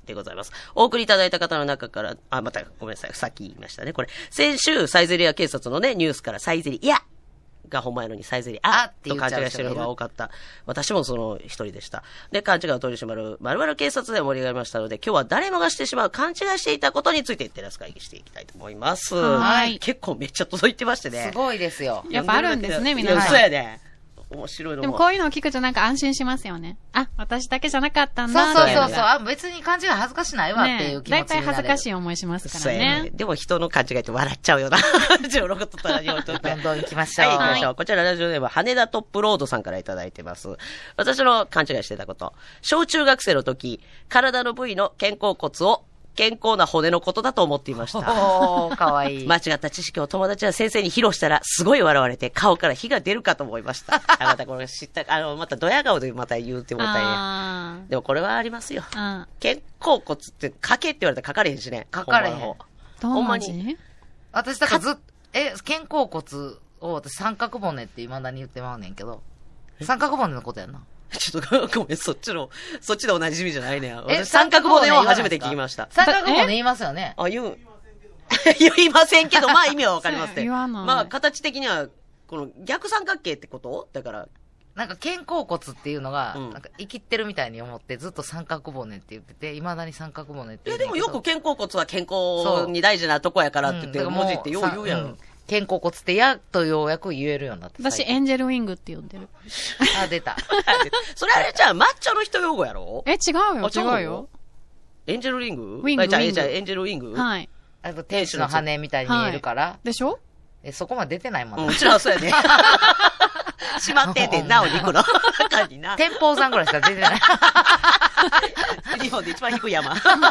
でございます。お送りいただいた方の中から、またごめんなさい、さっき言いましたね。これ、先週、サイゼリア警察のね、ニュースからサイゼリアがほんまやのにサイゼリアってと勘違いしてるのが多かった。私もその一人でした。で、勘違いを取り締まる〇〇警察で盛り上がりましたので、今日は誰もがしてしまう勘違いしていたことについてテラス会議していきたいと思います。 はい。 結構めっちゃ届いてましてね。 すごいですよ。 やっぱあるんですね、皆いや、 さん。 そうやね。面白いのも。 でもこういうのを聞くとなんか安心しますよね。あ、私だけじゃなかったんそうだそうそうそう。あ、別に勘違い恥ずかしないわっていう気持ちになる。 大体恥ずかしい思いしますからそうやね。 でも人の勘違いって笑っちゃうよな。自分のことと言われとって。 どんどん行きましょう。 はい、行きましょう。こちらラジオネーム、羽田トップロードさんからいただいてます。私の勘違いしてたこと。小中学生の時、体の部位の肩甲骨を健康な骨のことだと思っていました。 おー、かわいい。 間違った知識を友達や先生に披露したら、すごい笑われて、顔から火が出るかと思いました。またこれ知った、またドヤ顔でまた言うてもったんや。でもこれはありますよ。肩甲骨って書けって言われたら書かれへんしね。 書かれへん。 ほんまに私だから肩甲骨を私三角骨って未だに言ってまうねんけど、三角骨のことやんな。 ちょっとごめん、そっちでおなじみじゃないね。私三角骨を初めて聞きました。 三角骨言いますよね。 言いませんけど、まあ意味はわかりますね。 言わない。 まあ形的には、この逆三角形ってことだから。 なんか肩甲骨っていうのが、なんか生きってるみたいに思ってずっと三角骨って言ってて、未だに三角骨って言う。 いやでもよく肩甲骨は健康に大事なとこやからって言って、文字ってよう言うやん。 肩甲骨ってやっとようやく言えるようになって。 私エンジェルウィングって呼んでる。 あ、出た。 それあれじゃあ抹茶の人用語やろ？ 違うよ。 エンジェルウィング？ ウィング。 じゃあエンジェルウィング？ はい。 天使の羽みたいに見えるから。 でしょ？ そこまで出てないもんね。うちらはそうやね。しまってんねんな、お肉の。 天保山ぐらいしか出てない。 日本で一番低い山。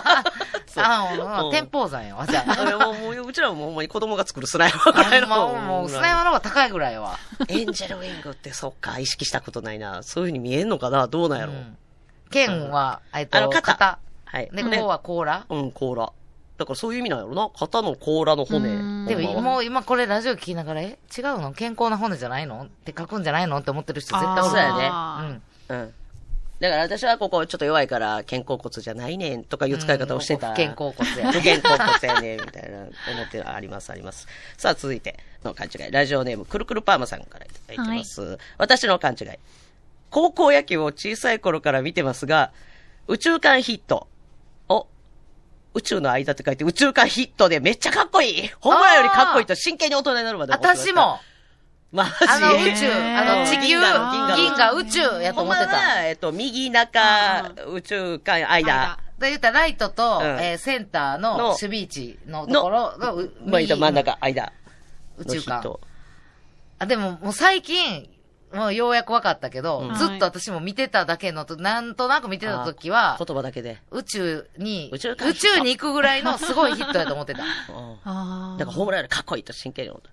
天保山よ、じゃあ。もう、うちらはもうほんまに子供が作る砂山ぐらいの。 もう砂山の方が高いぐらいは。 エンジェルウィングってそっか、意識したことないな。そういう風に見えんのかな？どうなんやろ？ 剣は、肩。はい。で、甲は甲羅？ 甲羅。だからそういう意味なんやろな。肩の甲羅の骨。 でももう今これラジオ聞きながら、違うの？健康な骨じゃないのって書くんじゃないのって思ってる人絶対そうやね。だから私はここちょっと弱いから肩甲骨じゃないねんとかいう使い方をしてた。 肩甲骨やね。 肩甲骨やねんみたいな思ってあります。さあ続いての勘違い。ラジオネームくるくるパーマさんからいただいてます。私の勘違い。高校野球を小さい頃から見てますが、宇宙間ヒット。宇宙の間って書いて宇宙間ヒットでめっちゃかっこいい。ほんまよりかっこいいと真剣に大人になるまで思ってました。 私も。 マジ宇宙、地球、銀河宇宙やと思ってた。 右中、宇宙間間。 で言ったらライトと、センターの守備位置のところが真ん中、間。 宇宙間。でももう最近、もうようやく分かったけど、ずっと私も見てただけのと、なんとなく見てた時は、 言葉だけで。 宇宙に行くぐらいのすごいヒットやと思ってた。 だからホームランよりかっこいいと真剣に思った。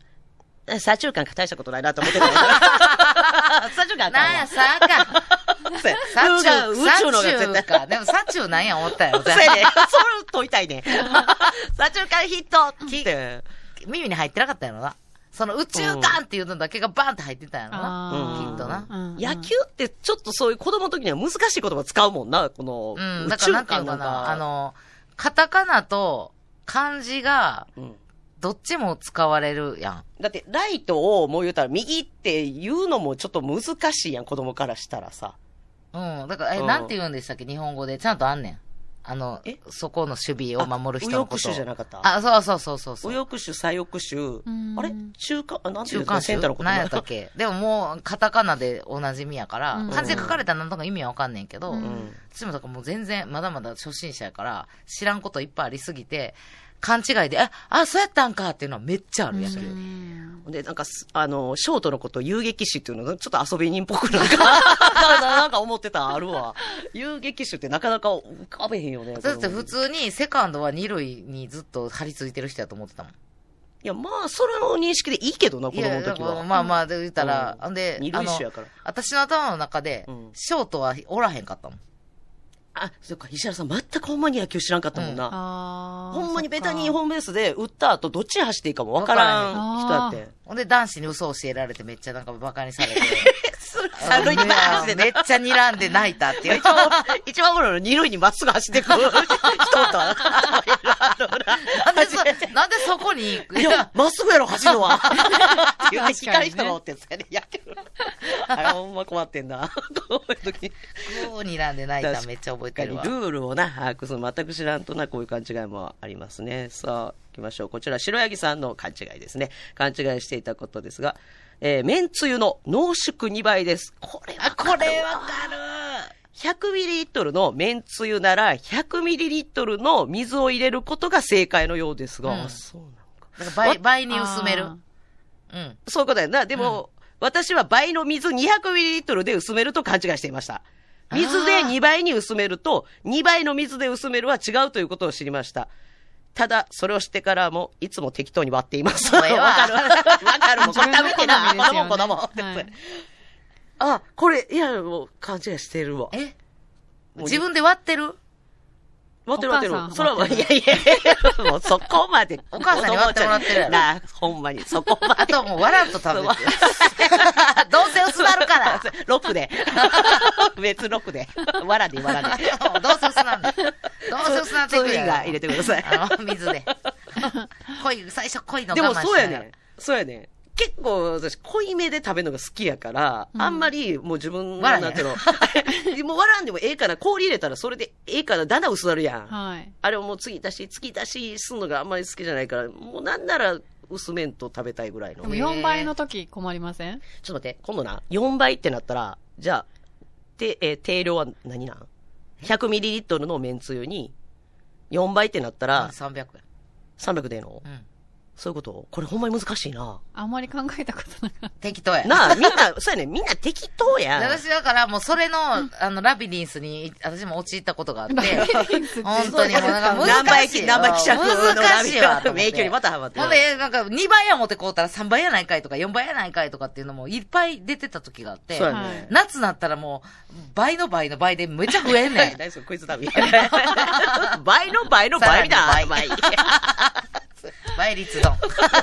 左中間か大したことないなと思ってた。左中間なんや、左か。左中のが絶対か。でも左中なんや思ったよ。 そうやね。それ問いたいね。左中間ヒットって。 耳に入ってなかったやろな。その宇宙間っていうのだけがバーンって入ってたんやろな。きっとな。 野球ってちょっとそういう子供の時には難しい言葉使うもんな、この。 だからなんていうかな、カタカナと漢字が、どっちも使われるやん。 だって、ライトをもう言うたら右って言うのもちょっと難しいやん、子供からしたらさ。 だから、なんて言うんでしたっけ、日本語で。ちゃんとあんねん。そこの守備を守る人のこと。 右翼手じゃなかった？ そう。 右翼手、左翼手。あれ中間、なんていうかセンターのこと何やったっけでももう、カタカナでおなじみやから、漢字で書かれたらなんとか意味はわかんねんけど、私もだからもう全然、まだまだ初心者やから、知らんこといっぱいありすぎて、勘違いで、そうやったんかっていうのはめっちゃあるやん。 で、なんか、ショートのことを遊撃手っていうのがちょっと遊び人っぽくなんか思ってたあるわ。遊撃手ってなかなか浮かべへんよね。 だって普通にセカンドは二塁にずっと張り付いてる人やと思ってたもん。 いや、まあ、それの認識でいいけどな、子供の時は。 まあ、で言ったら、 二塁手やから。 私の頭の中で、ショートはおらへんかったもん。 あ、そっか、石原さん全くほんまに野球知らんかったもんな。 あーほんまにベタにホームベースで打った後、どっちに走っていいかもわからん人やって。 ほんで男子に嘘を教えられてめっちゃなんかバカにされて。 三塁にバーンってめっちゃ睨んで泣いたっていう。 一番おもろいの二塁にまっすぐ走ってくる人と。 なんでそこに行くいや、まっすぐやろ、走るのは。って言って聞かれる人がおってんすかね。やけど。あれ、ほんま困ってんな。こういう時に。 こう睨んで泣いためっちゃ覚えてるわ。 ルールをな、把握する。全く知らんとな、こういう勘違いもありますね。さあ、行きましょう。こちら、白ヤギさんの勘違いですね。勘違いしていたことですが、めんつゆの濃縮2倍です。これわかる。100ミリリットルのめんつゆなら、100ミリリットルの水を入れることが正解のようですが、 うんそうなのか。 だから倍に薄める。うん。 そういうことやな。でも、私は倍の水200ミリリットルで薄めると勘違いしていました。水で2倍に薄めると、2倍の水で薄めるは違うということを知りました。ただ、それを知ってからも、いつも適当に割っています。 それはわかる。わかる。もう、これ食べてな。 自分の好みですよね子供。 はいあ、これ、いや、もう、勘違いしてるわ。 え自分で割ってる割ってる割ってお母さんる。それは、いやいや、もうそこまで。 お母さんに割ってもらってるやろなあ、ほんまに、そこまで。 あともう割らんと食べて。どうせ薄なるから。 ロックで。別ロックで。わらで、わらで。 どうせ薄なんで。どうせ薄なってくるやろ。 ツーインが入れてください。 水で。最初濃いのでも我慢しそうやながらねん。そうやねん。結構私濃いめで食べるのが好きやから、あんまりもう自分の、 割らへんなんていうの、もう割らんでもええから氷入れたらそれでええからだんだん薄なるやん。 はい。 あれをもう継ぎ足しすんのがあんまり好きじゃないから、もうなんなら薄めんと食べたいぐらいの。 でもちょっ 4倍の時困りません？ と待って、今度な、4倍ってなったら、じゃあ、定量は何なん ?100ml の麺つゆに、4倍ってなったら、 300円。 300でいいの、 うん。 そういうことこれほんまに難しいな。 あんまり考えたことなかった。 適当や。 なあ、みんな、そうやね、みんな適当やん。 私だからもうそれの、ラビリンスに、私も陥ったことがあって、本当にもうなんか難しい。 何倍希釈の難しいわと思って。 迷宮にまたハマってる。 ほんで、なんか2倍や持ってこうたら3倍やないかいとか4倍やないかいとかっていうのもいっぱい出てた時があってそう、やはねい。 夏なったらもう倍の倍の倍でめっちゃ増えんねん。 大丈夫、クイズ旅。倍の倍の倍だ。 さらに倍倍。 倍率ドン。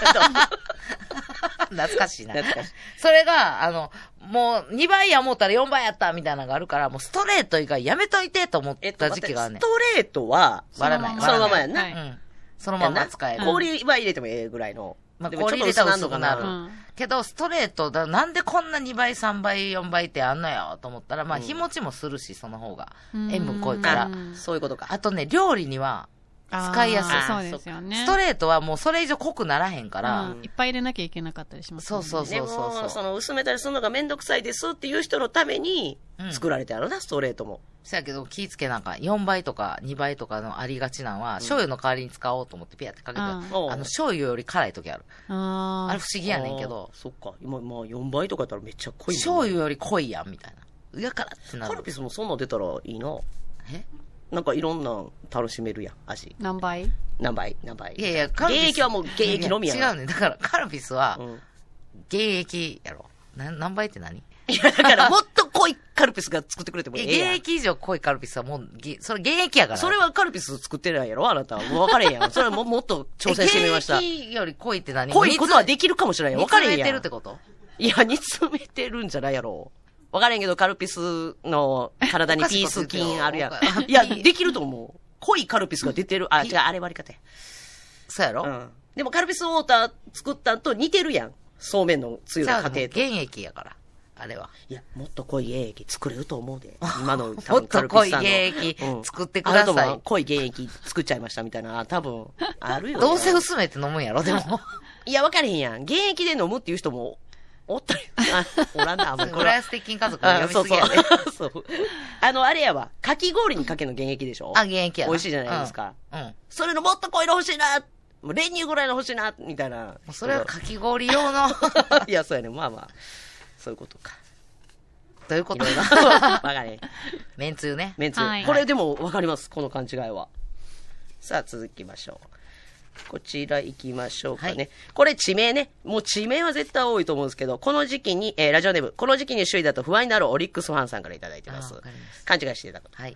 懐かしいな。 懐かしいそれが、もう2倍や思ったら4倍やったみたいなのがあるから、もうストレート以外やめといてと思った時期があるねんストレートは、 割らない。 そのままやんな。 はいうん。そのまま使える。 氷は入れてもええぐらいの。 まあ、 でも氷入れたら薄くちょっとなる。 うんけど、ストレートなんでこんな2倍、3倍、4倍ってあんのよと思ったら、まあ、日持ちもするし、その方が。塩分濃いからう。んそういうことか。 あとね、料理には、使いやすいあーそうですよね。 ストレートはもうそれ以上濃くならへんから、 うんいっぱい入れなきゃいけなかったりしますそうそうでそうも、その薄めたりするのがめんどくさいですっていう人のためにうん作られてやろな、ストレートも。 そやけど気ぃつけなんか4倍とか2倍とかのありがちなんは、醤油の代わりに使おうと思ってピャってかけて、 うん醤油より辛い時ある。 ああれ不思議やねんけどあ、ーそっか。今、まあ4倍とかやったらめっちゃ濃いもんね醤油より濃いやんみたいな。上からってなるカルピ。スもそんなん出たらいいな。 えなんかいろんなん楽しめるやん、味。 何倍？ 何倍いやいや、カルピス。 現役はもう現役のみやん。 いや違うねん。だからカルピスはうん。 現役やろ。何倍って何いや、だからもっと濃いカルピスが作ってくれてもいい現やん。 役以上濃いカルピスはもう、それ現役やから。 それはカルピス作ってないやろあなたは。もう分かれへんやん。それはもっと挑戦してみました。 現役より濃いって何濃いことはできるかもしれないよ。分かれへんやん。 煮詰めてるってこといや、煮詰めてるんじゃないやろ。分かれへんけど、カルピスの体にピース菌あるやおかしいことん。いや、できると思う。濃いカルピスが出てる。あ、違う、あれ割り方や。 そうやろ、 うん。でもカルピスウォーター作ったんと似てるやん。そうめんのつゆのじゃあ過程と。 現役やから。あれは。 いや、もっと濃い原液作れると思うで。今のも多分っと濃いカル現ピスさんの役作ってくだあなたさい。 も濃い原液作っちゃいましたみたいな、多分、あるよ。 どうせ薄めて飲むんやろでも。 いや、分かれへんやん。原液で飲むっていう人も、おったり、おらんな、もうこれは浦安鉄筋家族の読みすぎやね。 そうそう。あれやわ。かき氷にかけの原液でしょあ、現役やな。 美味しいじゃないですか。 うん。うん。 それのもっと濃いの欲しいな。もう練乳ぐらいの欲しいな、みたいな。 もうそれはかき氷用の、 いや、そうやね。まあまあ。そういうことか。 どういうこといろいろ。わかれへん。 めんつゆね。 めんつゆ。 はいこれでもわかります。この勘違いは。さあ、続きましょう。こちら行きましょうかね。 はいこれ地名ね。もう地名は絶対多いと思うんですけど、この時期に、ラジオネーム、この時期に首位だと不安になるオリックスファンさんからいただいてますあわかります。 勘違いしていたこと。 はい。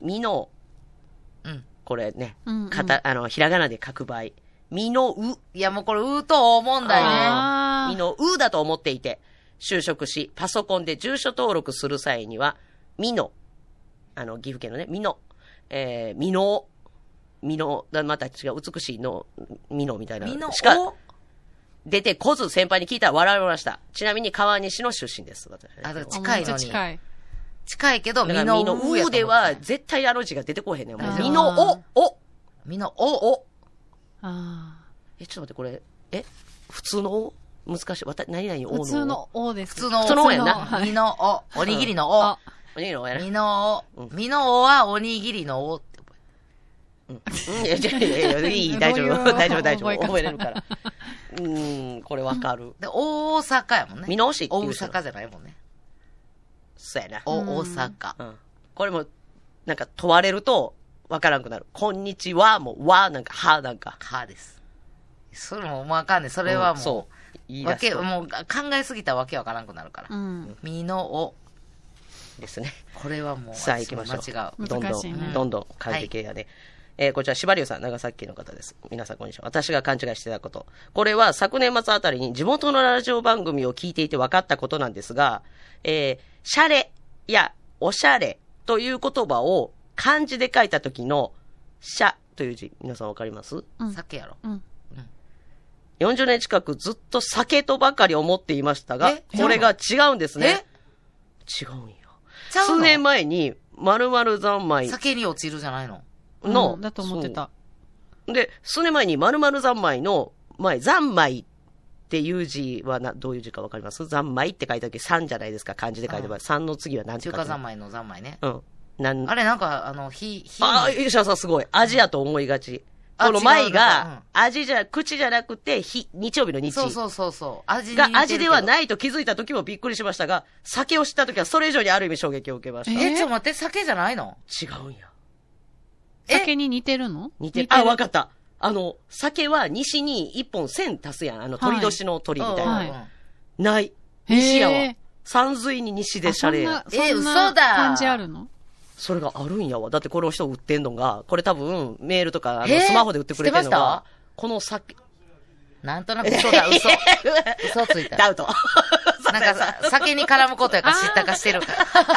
みの、 うん。 これね、 うんうんひらがなで書く場合、みのう、 いや、もうこれ、と問題ね。 あーみのうだと思っていて、就職し、パソコンで住所登録する際には、みの、岐阜県のね、みの、みの、また違う、美しいの、みのみたいな。 みのしか、出てこず先輩に聞いたら笑われました。ちなみに川西の出身です。私あ、だからめ近いのに。 っちゃ近い。 近いけど、 だからみのうでは、絶対字が出てこへんねん。もうみのお。 みのお。 あちょっと待って、これ、普通のお難しい。何々おの。 普通のおです。 普通の普通のおやんなみのお。おにぎりのおあ。 おにぎりのおやな。 みのうんお。みのおはおにぎりのおって覚いや、いい、大丈夫、 どういう大丈夫、大丈夫。 覚え方覚えれるから。これわかる。 えで、大阪やもんね。 みのおしって大言う人阪じゃないもんね。 そうやな。 大阪。 うん。これも、なんか問われると、わからんくなる。こんにちは、もう、わ、なんか、は、なんか。 かです。それもわかんねえ。それはもう、 そう。言いわけ、 出すともう考えすぎたらわけわからんくなるから。 うん。 みのお。 ですね。 これはもう、 さあ行きましょう。 私も間違う。 どんど難しいねん、どんどん変えていけやね。こちら、しばりゅうさん、長崎県の方です。皆さん、こんにちは。私が勘違いしてたこと。これは昨年末あたりに地元のラジオ番組を聞いていて分かったことなんですが、シャレやおしゃれという言葉を漢字で書いた時の、シャという字、皆さん分かります？ うん酒やろ。 うん。 40年近くずっと酒とばかり思っていましたが、これが違うんですね。違うんよ。 ちゃうの数年前に、〇〇三昧酒に落ちるじゃないの。 の、 うんだと思ってた。 で、数年前に〇〇三昧の前、三昧っていう字はどういう字かわかります？三昧って書いた時3じゃないですか、漢字で書いてば。3の次は何て書中いて華三昧の三昧ね。 うん。 あれなんか、 吉田さんすごい。味やと思いがち。 あこの前違うが、口じゃなくて、日曜日の日。 そう。味が味ではい。 ないと気づいた時もびっくりしましたが、酒を知った時はそれ以上にある意味衝撃を受けました。 ちょっと待って、酒じゃないの？ 違うんや。 酒に似てるの？ 似てる。あ、わかった。酒は西に一本線足すやん。鳥年の鳥みたいな。 はいない。 へー西やわ。山水に西でシャレや。 そんな嘘だ感じあるの？ それがあるんやわ。だってこれを人売ってんのが、これ多分メールとかえースマホで売ってくれてるの知ってまがし、 この酒、 なんとなく嘘だ、嘘。嘘ついた。 ダウト。 なんかさ、酒に絡むことやから知ったかしてる。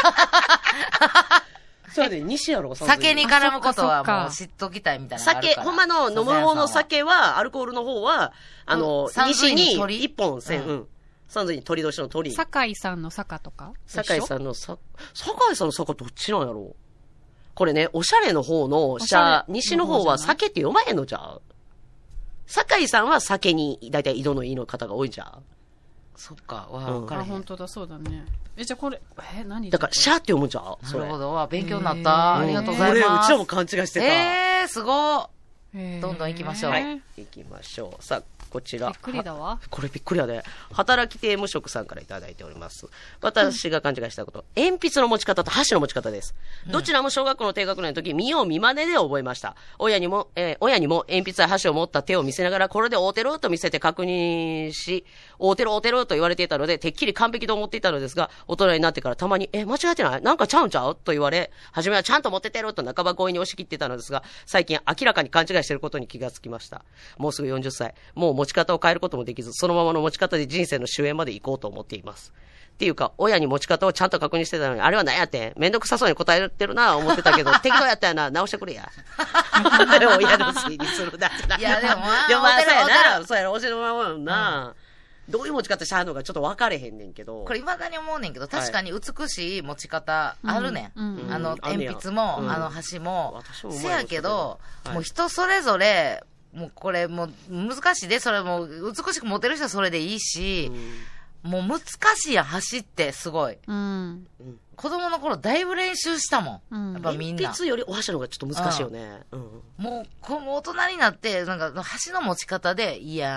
それで西やろ、 酒に絡むことはあそっかもう知っときたいみたいなのがあるから。 ほんまの飲む方の酒は、アルコールの方は、 山水西にに鳥一本線、 うん山水に鳥年の鳥。 酒井さんの坂とか？ 酒井さんの酒井さんの坂どっちなんやろう？これね、おしゃれの方のおしゃれ西の方は酒って読まへんのじゃう？酒井さんは酒に、だいたい井戸の井の方が多いじゃん。 そっか、 うんあ、 わからへん。 本当だ、そうだね。じゃあこれ、何だから、シャーって読むじゃん。 なそれ。 るほど。わ勉強になった。ありがとうございこれ、うます。 ちらも勘違いしてた。 すごい。 へーどんどん行きましょうはい。行きましょう。さあ、こちら。 びっくりだわ。 これびっくりやで。働き手無職さんからいただいております。私が勘違いしたこと。鉛筆の持ち方と箸の持ち方です。どちらも小学校の低学年の時、見よう見真似で覚えました。親にも鉛筆や箸を持った手を見せながら、これで合うてると見せて確認し、合うてる合うてると言われていたので、てっきり完璧と思っていたのですが、大人になってからたまに、間違えてない？なんかちゃうんちゃうと言われ、初めはちゃんと持っててると半ば強引に押し切っていたのですが、最近明らかに勘違いしていることに気がつきました。もうすぐ40歳。もう持ち方を変えることもできず、そのままの持ち方で人生の終焉まで行こうと思っています。っていうか、親に持ち方をちゃんと確認してたのに、あれは何やってん？めんどくさそうに答えてるな、思ってたけど、適当やったよな、直してくれや。親のせいにするだってな。 いやでもでもまあ、そうや合うてる合うてな。そうやな、教えてもらうもんな。どういう持ち方しはんのかちょっと分かれへんねんけど。 これ未だに思うねんけど、確かに美しい持ち方あるねん。 うんうん鉛筆も、 うん箸も私もうまいせやけど、 はいもう人それぞれ、もうこれもう難しいで、それも美しく持てる人はそれでいいし、もう難しいやん、箸ってすごい。 うん。 子供の頃だいぶ練習したもん。 うんやっぱみんな。 鉛筆よりお箸の方がちょっと難しいよね。うん。 もう大人になって、なんか箸の持ち方で、いやん、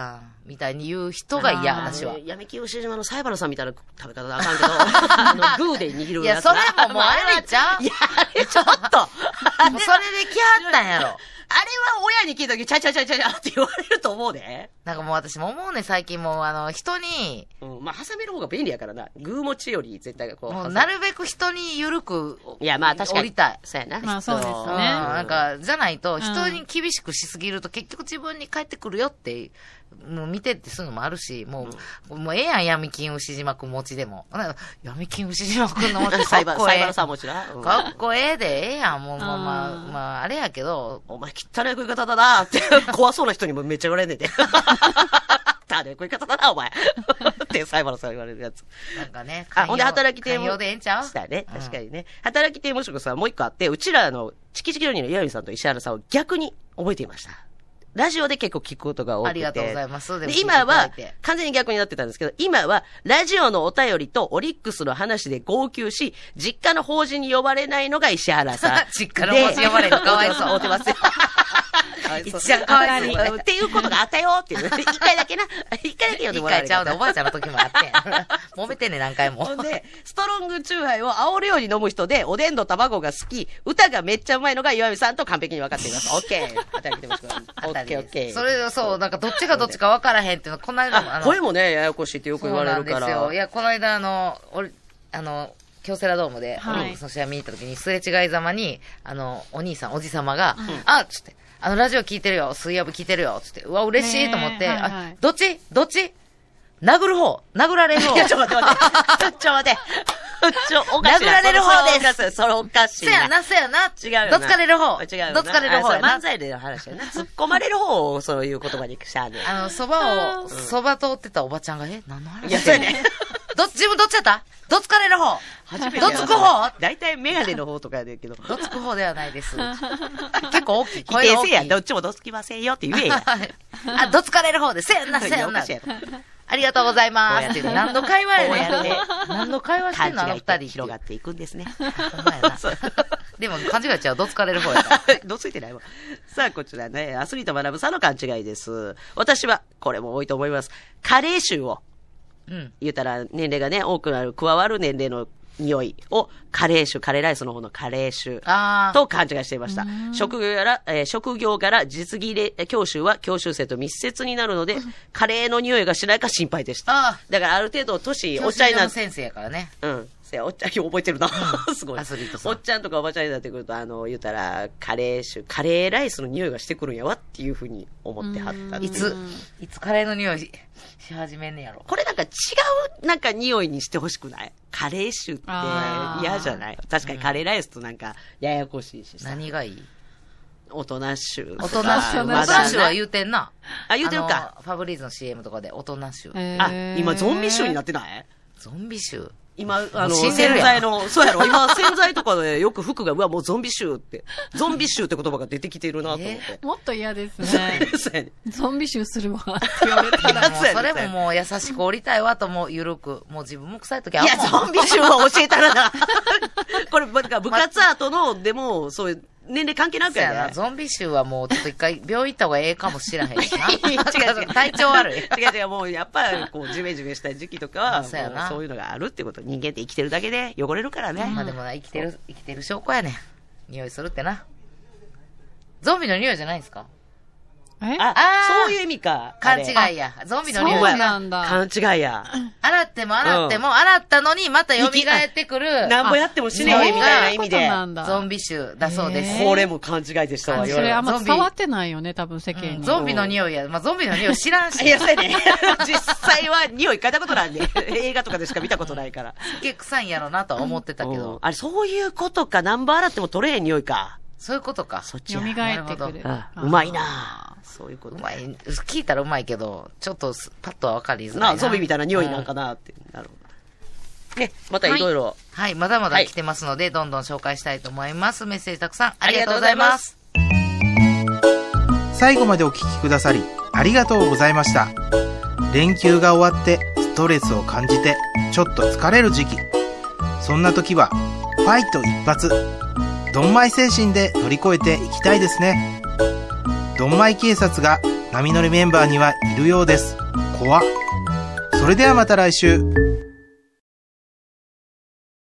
みたいに言う人が嫌、私は。 闇金牛島の西原さんみたいな食べ方だあかんけど、グーで握るいや、それももうあれちゃういや、あれちょっと。 もうそれで来はったんやろ。 あれは親に聞いたとき、ちゃって言われると思うで。 なんかもう私も思うね、最近もう人に、 まあ、挟める方が便利やからな。グー持ちより絶対こう。 もうなるべく人に緩く、 いや、まあ確かに。 降りたい。 そうやな。 まあそうですねなんか、じゃないと、人に厳しくしすぎると結局自分に返ってくるよって、もう見てってそういうのもあるし、もうええやん、闇金牛島くん持ちでも。闇金牛島くんの持ちサイバかっこええ。 ーさん持ちな。 かっこええで、ええやん、もう、まあ、あれやけど。 お前汚い食い方だなって、怖そうな人にもめっちゃ言われんねんて。汚い食い方だな、お前。ってサイバーさん言われるやつ。 なんかね、 ほんで働き手寛容でええんちゃうしたね。確かにね。働き手もしくさ、もう一個あって、うちらチキチキロニーの岩見さんと石原さんを逆に覚えていました。ラジオで結構聞くことが多くて。 ありがとうございます。 で、今は、完全に逆になってたんですけど、今は、ラジオのお便りとオリックスの話で号泣し、実家の法人に呼ばれないのが石原さん。 実家の法人呼ばれるのかわいそう。 思ってますよ。 一番かわいそう。 っていうことがあったよっていう。一回だけな。一回だけ呼んでもらえる。 一回ちゃうね。おばあちゃんの時もあってん。揉めてんね、何回も。 ほんで、ストロングチューハイを煽るように飲む人で、おでんの卵が好き、歌がめっちゃうまいのが岩見さんと完璧に分かっています。オッケー。働きてますから。オッケーオッケー。 それ、そう、なんかどっちがどっちか分からへんっていうの、この間も声もね、ややこしいってよく言われるから。 そうなんですよ。いや、この間京セラドームで、その試合見に行った時に、すれ違いざまに、お兄さん、おじさまが、つって、ラジオ聞いてるよ、水曜日聞いてるよ、つって、うわ、嬉しいと思って、どっち殴る方殴られる方ちょ、待って。おかしい。 殴られる方です。それおかしい。 せやな。 違うよな。 どつかれる方。 違うよな。 どつかれる方やな。 漫才での話やな。突っ込まれる方をそういう言葉にしゃあねそば通ってたおばちゃんが、何の話いや、そうやね。 自分どっちやったどつかれる方。 初めて。 どつく方大体メガネの方とかやねんけど。 どつく方ではないです。結構大きい。 否定せや。どっちもどつきませんよって言えや。 どつかれる方で、せやんな。ありがとうございます。何の会話やねん。何の会話してんのあの二人。 広がっていくんですね。 でも勘違いしちゃう。どつかれる方やから。 どついてないわ。さあ、こちらね、アスリート学さんの勘違いです。私は、これも多いと思います。加齢臭を。言ったら年齢がね、多くなる、加わる年齢の匂いを、加齢臭、カレーライスの方の加齢臭と勘違いしていました。職業柄実技教習は教習生と密接になるので、カレーの匂いがしないか心配でした。だからある程度年、おっちゃんになって。 先生やからね。 おっちゃん、覚えてるな。すごい。 アスリートさん。 おっちゃんとかおばちゃんになってくると、言ったら、カレーライスの匂いがしてくるんやわっていうふうに思ってはった。 いつカレーの匂いし始めんねやろ。 これなんか違う、なんか匂いにしてほしくないカレー臭って嫌じゃない確かにカレーライスとなんかややこしいしさ。 何がいい大人臭。 大人臭は言うてんな。 言うてるか。 ファブリーズの CM とかで大人臭。 今ゾンビ臭になってないゾンビ臭今、洗剤の、そうやろ、今、洗剤とかでよく服が、もうゾンビ臭って、ゾンビ臭って言葉が出てきてるなと思って。 もっと嫌ですね。ゾンビ臭するわって言われたら。 それももう優しく降りたいわともゆるく、もう自分も臭い時あるもん。 いや、ゾンビ臭は教えたらな。これ、部活後の、でも、そういう、年齢関係なくやね。 ゾンビ臭はもうちょっと一回病院行った方がええかもしらへんしな。違う。体調悪い。 違う、もうやっぱりこう、ジメジメした時期とかは、そういうのがあるってこと。人間って生きてるだけで汚れるからね。 まあでもな、生きてる証拠やねん。匂いするってな。ゾンビの匂いじゃないんですかそういう意味か。 勘違いや。ゾンビの匂い。 そうなんだ。 勘違いや。 洗っても洗ったのにまた蘇ってくる。 なんぼやっても死ねへんみたいな意味で。 ゾンビ臭だそうです。 これも勘違いでしたわ。 それあんま伝わってないよね、多分世間に。 ゾンビの匂いや。まあゾンビの匂い知らんし。 いや、そうやね。実際は匂い嗅いだことないんで。映画とかでしか見たことないから。 すげえ臭いんやろなとは思ってたけど。 あれ、そういうことか。何ぼ洗っても取れへん匂いか。 そういうことか。 そっち蘇ってくる。 うまいなそういうこと。 うまい。聞いたらうまいけど、ちょっとパッとは分かりづらいな。 ゾンビみたいな匂いなんかなって。なるほど。ね、またいろいろ。 はい、まだまだ来てますので、どんどん紹介したいと思います。メッセージたくさんありがとうございます。 最後までお聞きくださり、ありがとうございました。連休が終わって、ストレスを感じて、ちょっと疲れる時期。そんな時は、ファイト一発。ドンマイ精神で乗り越えていきたいですね。ドンマイ警察が波乗りメンバーにはいるようです。 怖っ。それではまた来週。